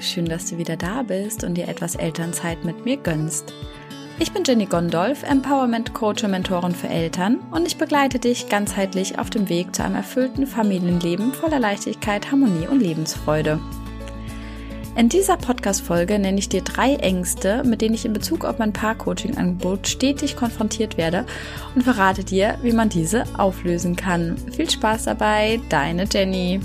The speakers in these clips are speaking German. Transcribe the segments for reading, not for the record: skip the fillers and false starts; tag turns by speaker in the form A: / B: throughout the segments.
A: schön, dass du wieder da bist und dir etwas Elternzeit mit mir gönnst. Ich bin Jenny Gondolf, Empowerment Coach und Mentorin für Eltern und ich begleite dich ganzheitlich auf dem Weg zu einem erfüllten Familienleben voller Leichtigkeit, Harmonie und Lebensfreude. In dieser Podcast-Folge nenne ich dir 3 Ängste, mit denen ich in Bezug auf mein Paar-Coaching-Angebot stetig konfrontiert werde und verrate dir, wie man diese auflösen kann. Viel Spaß dabei, deine Jenny.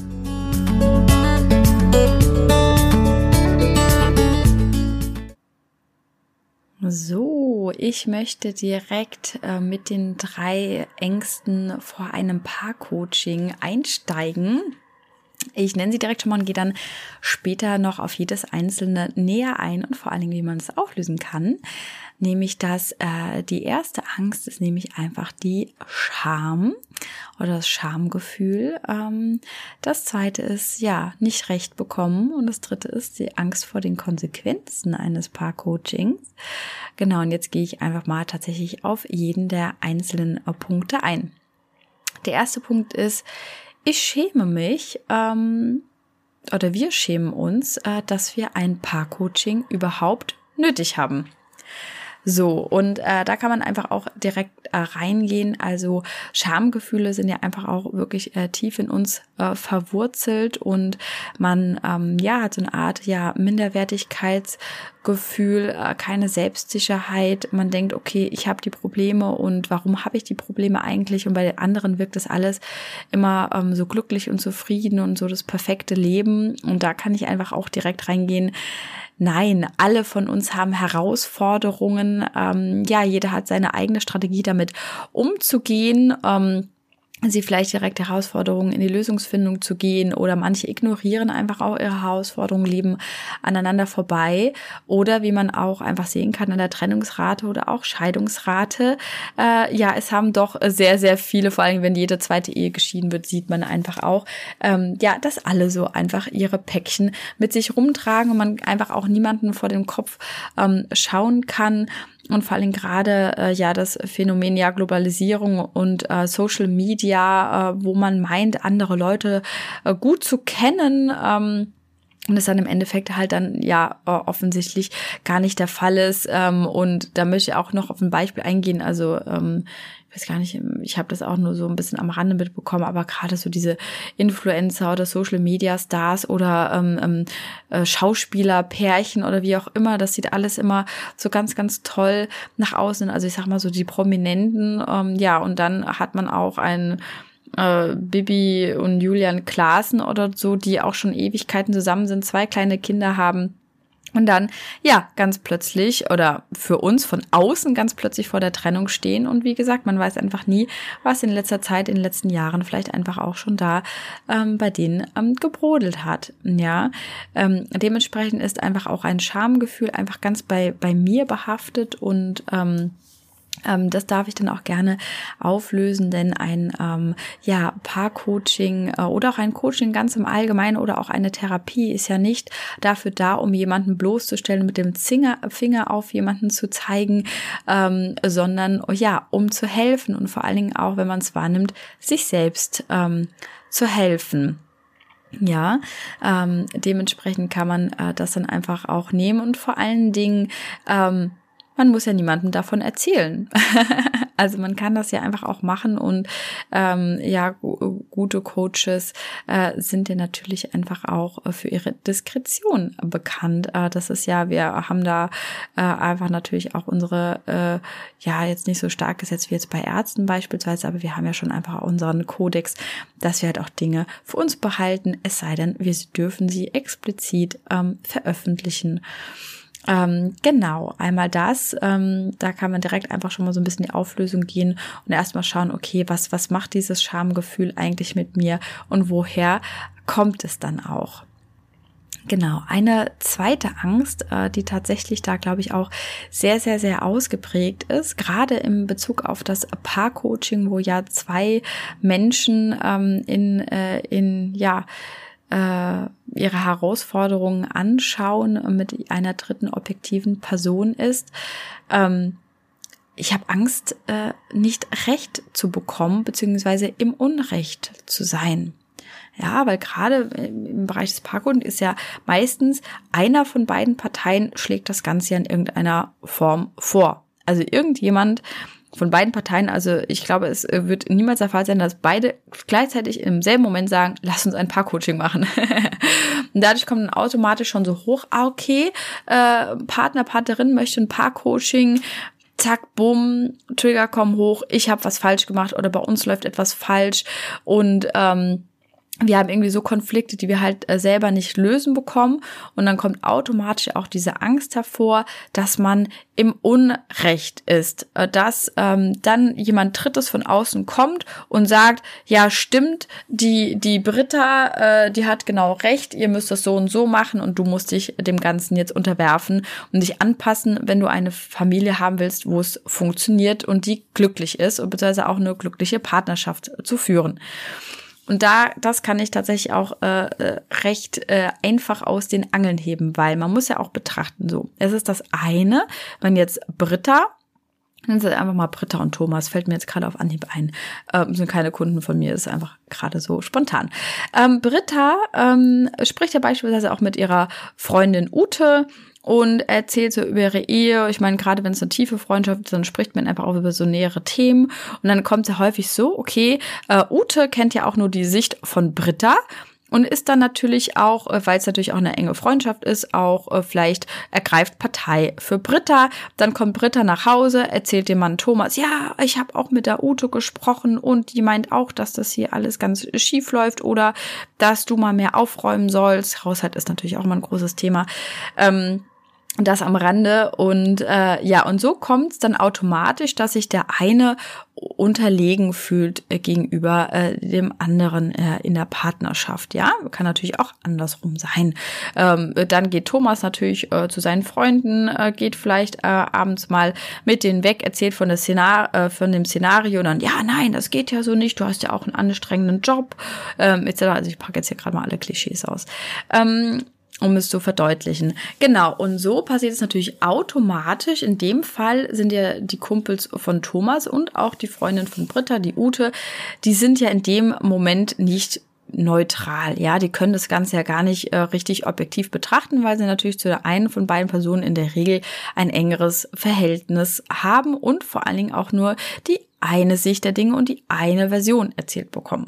A: So, ich möchte direkt mit den 3 Ängsten vor einem Paar-Coaching einsteigen. Ich nenne sie direkt schon mal und gehe dann später noch auf jedes einzelne näher ein und vor allen Dingen, wie man es auflösen kann. Nämlich die erste Angst ist nämlich einfach die Scham oder das Schamgefühl. Das zweite ist, nicht recht bekommen. Und das dritte ist die Angst vor den Konsequenzen eines Paar-Coachings. Genau, und jetzt gehe ich einfach mal tatsächlich auf jeden der einzelnen Punkte ein. Der erste Punkt ist, ich schäme mich, oder wir schämen uns, dass wir ein Paar-Coaching überhaupt nötig haben. So, und da kann man einfach auch direkt reingehen. Also Schamgefühle sind ja einfach auch wirklich tief in uns verwurzelt und man hat so eine Art Minderwertigkeitsgefühl, keine Selbstsicherheit. Man denkt, okay, ich habe die Probleme und warum habe ich die Probleme eigentlich? Und bei den anderen wirkt das alles immer so glücklich und zufrieden und so das perfekte Leben. Und da kann ich einfach auch direkt reingehen. Nein, alle von uns haben Herausforderungen. Jeder hat seine eigene Strategie, damit umzugehen. Sie vielleicht direkt Herausforderungen in die Lösungsfindung zu gehen oder manche ignorieren einfach auch ihre Herausforderungen, leben aneinander vorbei oder wie man auch einfach sehen kann an der Trennungsrate oder auch Scheidungsrate, es haben doch sehr, sehr viele, vor allem wenn jede zweite Ehe geschieden wird, sieht man einfach auch, dass alle so einfach ihre Päckchen mit sich rumtragen und man einfach auch niemanden vor den Kopf schauen kann. Und vor allem gerade das Phänomen Globalisierung und Social Media, wo man meint, andere Leute gut zu kennen, und es dann im Endeffekt halt dann offensichtlich gar nicht der Fall ist. Und da möchte ich auch noch auf ein Beispiel eingehen. Also ich weiß gar nicht, ich habe das auch nur so ein bisschen am Rande mitbekommen, aber gerade so diese Influencer oder Social Media Stars oder Schauspielerpärchen oder wie auch immer, das sieht alles immer so ganz, ganz toll nach außen. Also ich sag mal so die Prominenten, und dann hat man auch einen Bibi und Julian Klaassen oder so, die auch schon Ewigkeiten zusammen sind, 2 kleine Kinder haben. Und dann, ganz plötzlich oder für uns von außen ganz plötzlich vor der Trennung stehen. Und wie gesagt, man weiß einfach nie, was in letzter Zeit, in den letzten Jahren vielleicht einfach auch schon da bei denen gebrodelt hat. Dementsprechend ist einfach auch ein Schamgefühl einfach ganz bei mir behaftet und das darf ich dann auch gerne auflösen, denn ein Paar-Coaching oder auch ein Coaching ganz im Allgemeinen oder auch eine Therapie ist ja nicht dafür da, um jemanden bloßzustellen, mit dem Finger auf jemanden zu zeigen, sondern um zu helfen und vor allen Dingen auch, wenn man es wahrnimmt, sich selbst zu helfen. Dementsprechend kann man das dann einfach auch nehmen und vor allen Dingen man muss ja niemandem davon erzählen. Also man kann das ja einfach auch machen und gute Coaches sind ja natürlich einfach auch für ihre Diskretion bekannt. Das ist wir haben da einfach natürlich auch unsere, jetzt nicht so stark gesetzt wie jetzt bei Ärzten beispielsweise, aber wir haben ja schon einfach unseren Kodex, dass wir halt auch Dinge für uns behalten, es sei denn, wir dürfen sie explizit veröffentlichen. Einmal das, da kann man direkt einfach schon mal so ein bisschen die Auflösung gehen und erstmal schauen, okay, was macht dieses Schamgefühl eigentlich mit mir und woher kommt es dann auch? Genau, eine zweite Angst, die tatsächlich da, glaube ich, auch sehr, sehr, sehr ausgeprägt ist, gerade in Bezug auf das Paar-Coaching, wo 2 Menschen ihre Herausforderungen anschauen mit einer dritten objektiven Person ist. Ich habe Angst, nicht Recht zu bekommen, beziehungsweise im Unrecht zu sein. Ja, weil gerade im Bereich des Paarcoaching ist ja meistens einer von beiden Parteien schlägt das Ganze ja in irgendeiner Form vor. Also irgendjemand von beiden Parteien, also ich glaube, es wird niemals der Fall sein, dass beide gleichzeitig im selben Moment sagen, lass uns ein Paarcoaching machen. Und dadurch kommt dann automatisch schon so hoch, okay, Partner, Partnerin möchte ein Paarcoaching, zack, bumm, Trigger kommen hoch, ich habe was falsch gemacht oder bei uns läuft etwas falsch und wir haben irgendwie so Konflikte, die wir halt selber nicht lösen bekommen und dann kommt automatisch auch diese Angst hervor, dass man im Unrecht ist, dass dann jemand Drittes von außen kommt und sagt, ja stimmt, die Britta, die hat genau recht, ihr müsst das so und so machen und du musst dich dem Ganzen jetzt unterwerfen und dich anpassen, wenn du eine Familie haben willst, wo es funktioniert und die glücklich ist und beziehungsweise auch eine glückliche Partnerschaft zu führen. Und das kann ich tatsächlich auch recht einfach aus den Angeln heben, weil man muss ja auch betrachten, so, es ist das eine, wenn jetzt Britta, nennen Sie einfach mal Britta und Thomas, fällt mir jetzt gerade auf Anhieb ein, sind keine Kunden von mir, ist einfach gerade so spontan. Britta spricht ja beispielsweise auch mit ihrer Freundin Ute und erzählt so über ihre Ehe. Ich meine, gerade wenn es eine tiefe Freundschaft ist, dann spricht man einfach auch über so nähere Themen. Und dann kommt es ja häufig so, okay, Ute kennt ja auch nur die Sicht von Britta und ist dann natürlich auch, weil es natürlich auch eine enge Freundschaft ist, auch vielleicht ergreift Partei für Britta. Dann kommt Britta nach Hause, erzählt dem Mann Thomas, ja, ich habe auch mit der Ute gesprochen und die meint auch, dass das hier alles ganz schief läuft oder dass du mal mehr aufräumen sollst. Haushalt ist natürlich auch immer ein großes Thema. Das am Rande und und so kommt es dann automatisch, dass sich der eine unterlegen fühlt gegenüber dem anderen in der Partnerschaft. Ja, kann natürlich auch andersrum sein. Dann geht Thomas natürlich zu seinen Freunden, geht vielleicht abends mal mit denen weg, erzählt von dem Szenario und dann, ja, nein, das geht ja so nicht, du hast ja auch einen anstrengenden Job, etc. Also ich packe jetzt hier gerade mal alle Klischees aus. Um es zu verdeutlichen. Genau, und so passiert es natürlich automatisch. In dem Fall sind ja die Kumpels von Thomas und auch die Freundin von Britta, die Ute, die sind ja in dem Moment nicht neutral. Ja, die können das Ganze ja gar nicht richtig objektiv betrachten, weil sie natürlich zu der einen von beiden Personen in der Regel ein engeres Verhältnis haben und vor allen Dingen auch nur die eine Sicht der Dinge und die eine Version erzählt bekommen.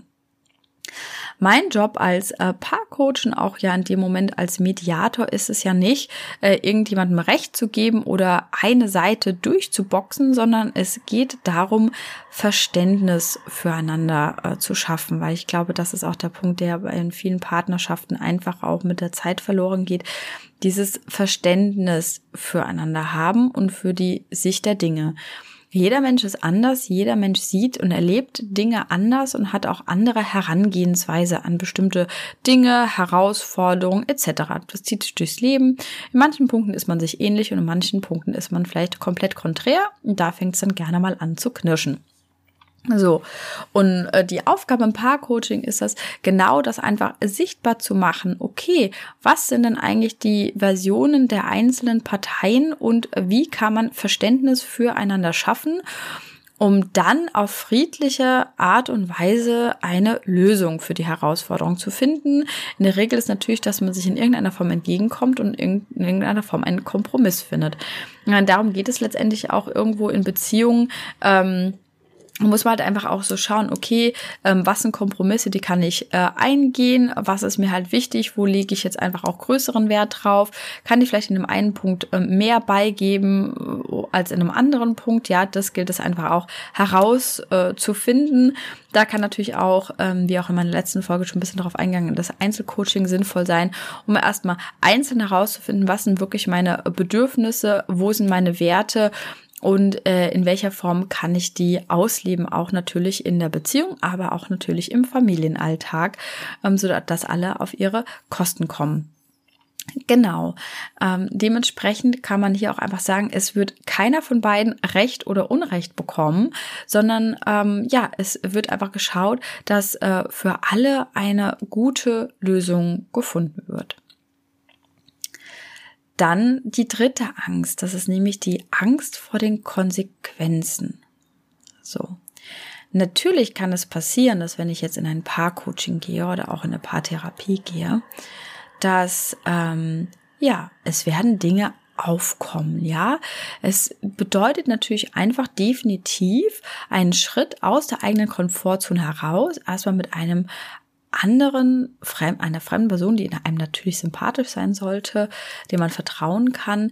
A: Mein Job als Paarcoach und auch ja in dem Moment als Mediator ist es ja nicht, irgendjemandem Recht zu geben oder eine Seite durchzuboxen, sondern es geht darum, Verständnis füreinander zu schaffen, weil ich glaube, das ist auch der Punkt, der in vielen Partnerschaften einfach auch mit der Zeit verloren geht, dieses Verständnis füreinander haben und für die Sicht der Dinge. Jeder Mensch ist anders, jeder Mensch sieht und erlebt Dinge anders und hat auch andere Herangehensweise an bestimmte Dinge, Herausforderungen etc. Das zieht sich durchs Leben. In manchen Punkten ist man sich ähnlich und in manchen Punkten ist man vielleicht komplett konträr und da fängt es dann gerne mal an zu knirschen. So, und die Aufgabe im Paarcoaching ist das, genau das einfach sichtbar zu machen. Okay, was sind denn eigentlich die Versionen der einzelnen Parteien und wie kann man Verständnis füreinander schaffen, um dann auf friedliche Art und Weise eine Lösung für die Herausforderung zu finden. In der Regel ist natürlich, dass man sich in irgendeiner Form entgegenkommt und in irgendeiner Form einen Kompromiss findet. Und darum geht es letztendlich auch irgendwo in Beziehungen, muss man halt einfach auch so schauen, okay, was sind Kompromisse, die kann ich eingehen, was ist mir halt wichtig, wo lege ich jetzt einfach auch größeren Wert drauf, kann ich vielleicht in einem einen Punkt mehr beigeben als in einem anderen Punkt, ja, das gilt es einfach auch herauszufinden. Da kann natürlich auch, wie auch in meiner letzten Folge schon ein bisschen darauf eingegangen, das Einzelcoaching sinnvoll sein, um erstmal einzeln herauszufinden, was sind wirklich meine Bedürfnisse, wo sind meine Werte, und in welcher Form kann ich die ausleben, auch natürlich in der Beziehung, aber auch natürlich im Familienalltag, sodass alle auf ihre Kosten kommen. Genau, dementsprechend kann man hier auch einfach sagen, es wird keiner von beiden Recht oder Unrecht bekommen, sondern es wird einfach geschaut, dass für alle eine gute Lösung gefunden wird. Dann die dritte Angst, das ist nämlich die Angst vor den Konsequenzen. So. Natürlich kann es passieren, dass wenn ich jetzt in ein Paarcoaching gehe oder auch in eine Paartherapie gehe, dass es werden Dinge aufkommen, ja. Es bedeutet natürlich einfach definitiv einen Schritt aus der eigenen Komfortzone heraus, erstmal mit einer fremden Person, die einem natürlich sympathisch sein sollte, dem man vertrauen kann,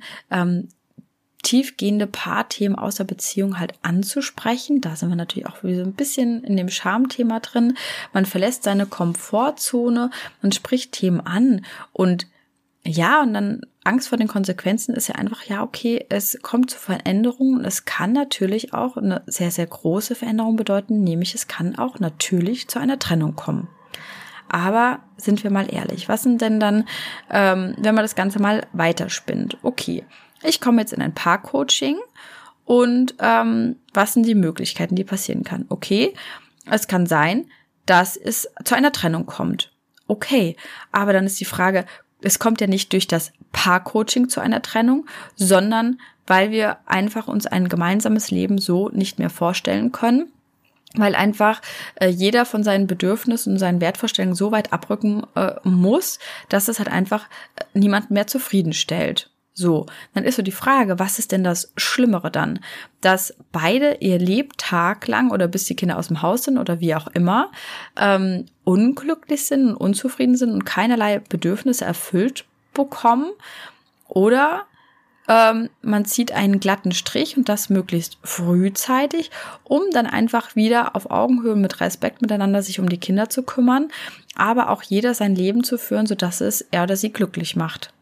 A: tiefgehende Paarthemen aus der Beziehung halt anzusprechen. Da sind wir natürlich auch wieder so ein bisschen in dem Schamthema drin. Man verlässt seine Komfortzone, man spricht Themen an und dann Angst vor den Konsequenzen ist ja einfach, es kommt zu Veränderungen und es kann natürlich auch eine sehr, sehr große Veränderung bedeuten, nämlich es kann auch natürlich zu einer Trennung kommen. Aber sind wir mal ehrlich, was sind denn dann, wenn man das Ganze mal weiterspinnt? Okay, ich komme jetzt in ein Paarcoaching und was sind die Möglichkeiten, die passieren kann? Okay, es kann sein, dass es zu einer Trennung kommt. Okay, aber dann ist die Frage, es kommt ja nicht durch das Paarcoaching zu einer Trennung, sondern weil wir einfach uns ein gemeinsames Leben so nicht mehr vorstellen können, weil einfach jeder von seinen Bedürfnissen und seinen Wertvorstellungen so weit abrücken muss, dass es halt einfach niemanden mehr zufriedenstellt. So, dann ist so die Frage, was ist denn das Schlimmere dann? Dass beide ihr Lebtag lang oder bis die Kinder aus dem Haus sind oder wie auch immer, unglücklich sind und unzufrieden sind und keinerlei Bedürfnisse erfüllt bekommen, oder man zieht einen glatten Strich und das möglichst frühzeitig, um dann einfach wieder auf Augenhöhe mit Respekt miteinander sich um die Kinder zu kümmern, aber auch jeder sein Leben zu führen, sodass es er oder sie glücklich macht.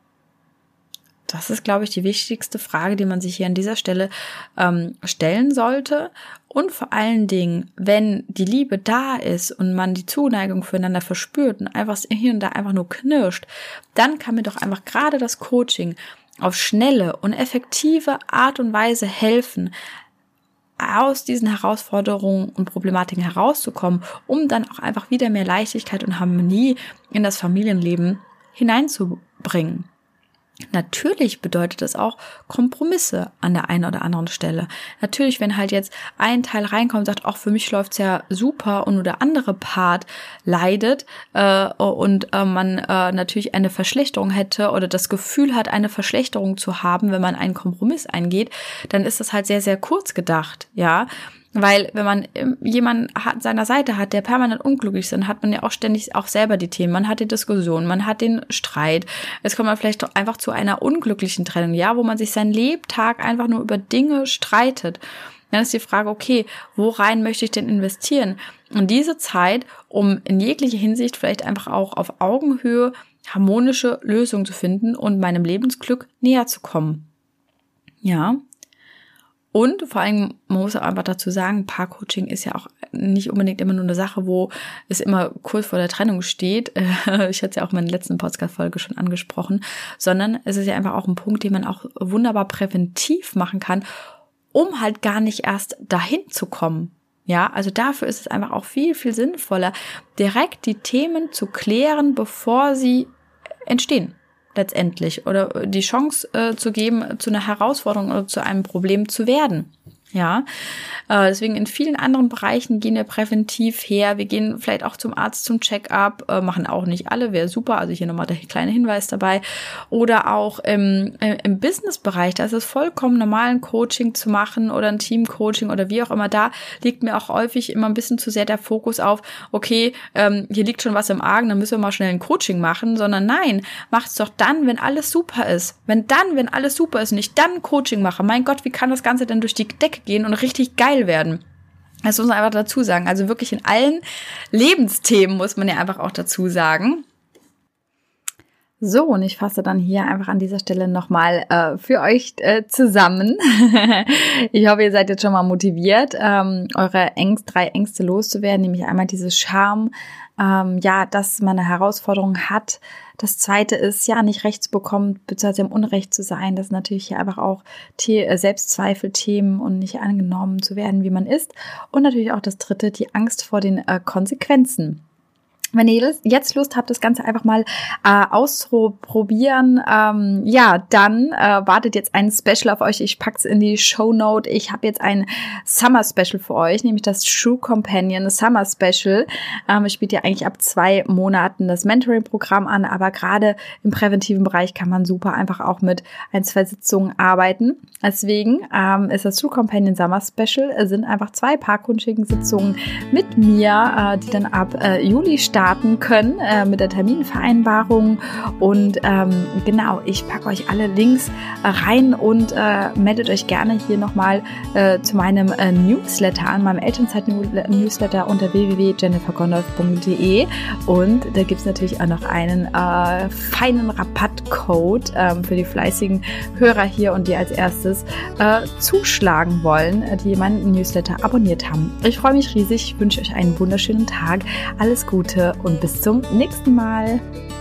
A: Das ist, glaube ich, die wichtigste Frage, die man sich hier an dieser Stelle stellen sollte. Und vor allen Dingen, wenn die Liebe da ist und man die Zuneigung füreinander verspürt und einfach hier und da einfach nur knirscht, dann kann mir doch einfach gerade das Coaching auf schnelle und effektive Art und Weise helfen, aus diesen Herausforderungen und Problematiken herauszukommen, um dann auch einfach wieder mehr Leichtigkeit und Harmonie in das Familienleben hineinzubringen. Natürlich bedeutet das auch Kompromisse an der einen oder anderen Stelle. Natürlich, wenn halt jetzt ein Teil reinkommt und sagt, auch für mich läuft's ja super und nur der andere Part leidet und man natürlich eine Verschlechterung hätte oder das Gefühl hat, eine Verschlechterung zu haben, wenn man einen Kompromiss eingeht, dann ist das halt sehr, sehr kurz gedacht, ja. Weil wenn man jemanden an seiner Seite hat, der permanent unglücklich ist, dann hat man ja auch ständig auch selber die Themen. Man hat die Diskussion, man hat den Streit. Es kommt man vielleicht doch einfach zu einer unglücklichen Trennung, ja, wo man sich seinen Lebtag einfach nur über Dinge streitet. Dann ist die Frage, okay, worein möchte ich denn investieren? Und diese Zeit, um in jeglicher Hinsicht vielleicht einfach auch auf Augenhöhe harmonische Lösungen zu finden und meinem Lebensglück näher zu kommen. Ja. Und vor allem, man muss auch einfach dazu sagen, Paarcoaching ist ja auch nicht unbedingt immer nur eine Sache, wo es immer kurz vor der Trennung steht. Ich hatte es ja auch in meiner letzten Podcast-Folge schon angesprochen, sondern es ist ja einfach auch ein Punkt, den man auch wunderbar präventiv machen kann, um halt gar nicht erst dahin zu kommen. Ja, also dafür ist es einfach auch viel, viel sinnvoller, direkt die Themen zu klären, bevor sie entstehen. Letztendlich oder die Chance zu geben, zu einer Herausforderung oder zu einem Problem zu werden. Ja, deswegen in vielen anderen Bereichen gehen wir präventiv her. Wir gehen vielleicht auch zum Arzt zum Check-up, machen auch nicht alle, wäre super. Also hier nochmal der kleine Hinweis dabei. Oder auch im Business-Bereich, da ist es vollkommen normal, ein Coaching zu machen oder ein Team-Coaching oder wie auch immer. Da liegt mir auch häufig immer ein bisschen zu sehr der Fokus auf, okay, hier liegt schon was im Argen, dann müssen wir mal schnell ein Coaching machen, sondern nein, macht's doch dann, wenn alles super ist. Wenn alles super ist und ich dann ein Coaching mache, mein Gott, wie kann das Ganze denn durch die Decke gehen und richtig geil werden? Das muss man einfach dazu sagen. Also wirklich in allen Lebensthemen muss man ja einfach auch dazu sagen. So, und ich fasse dann hier einfach an dieser Stelle nochmal für euch zusammen. Ich hoffe, ihr seid jetzt schon mal motiviert, eure 3 Ängste loszuwerden, nämlich einmal diese Scham, dass man eine Herausforderung hat. Das zweite ist, nicht Recht zu bekommen, beziehungsweise im Unrecht zu sein. Das ist natürlich hier einfach auch Selbstzweifelthemen und nicht angenommen zu werden, wie man ist. Und natürlich auch das dritte, die Angst vor den Konsequenzen. Wenn ihr jetzt Lust habt, das Ganze einfach mal auszuprobieren, dann wartet jetzt ein Special auf euch. Ich pack's in die Shownote. Ich habe jetzt ein Summer Special für euch, nämlich das True Companion Summer Special. Ich biete ja eigentlich ab 2 Monaten das Mentoring-Programm an, aber gerade im präventiven Bereich kann man super einfach auch mit 1-2 Sitzungen arbeiten. Deswegen ist das True Companion Summer Special, sind einfach 2 Paar-Coaching-Sitzungen mit mir, die dann ab Juli starten können mit der Terminvereinbarung. Und genau, ich packe euch alle Links rein und meldet euch gerne hier nochmal zu meinem Newsletter an, meinem Elternzeit-Newsletter unter www.jennifergondolf.de. Und da gibt es natürlich auch noch einen feinen Rabattcode für die fleißigen Hörer hier und die als erstes zuschlagen wollen, die meinen Newsletter abonniert haben. Ich freue mich riesig, ich wünsche euch einen wunderschönen Tag, alles Gute und bis zum nächsten Mal.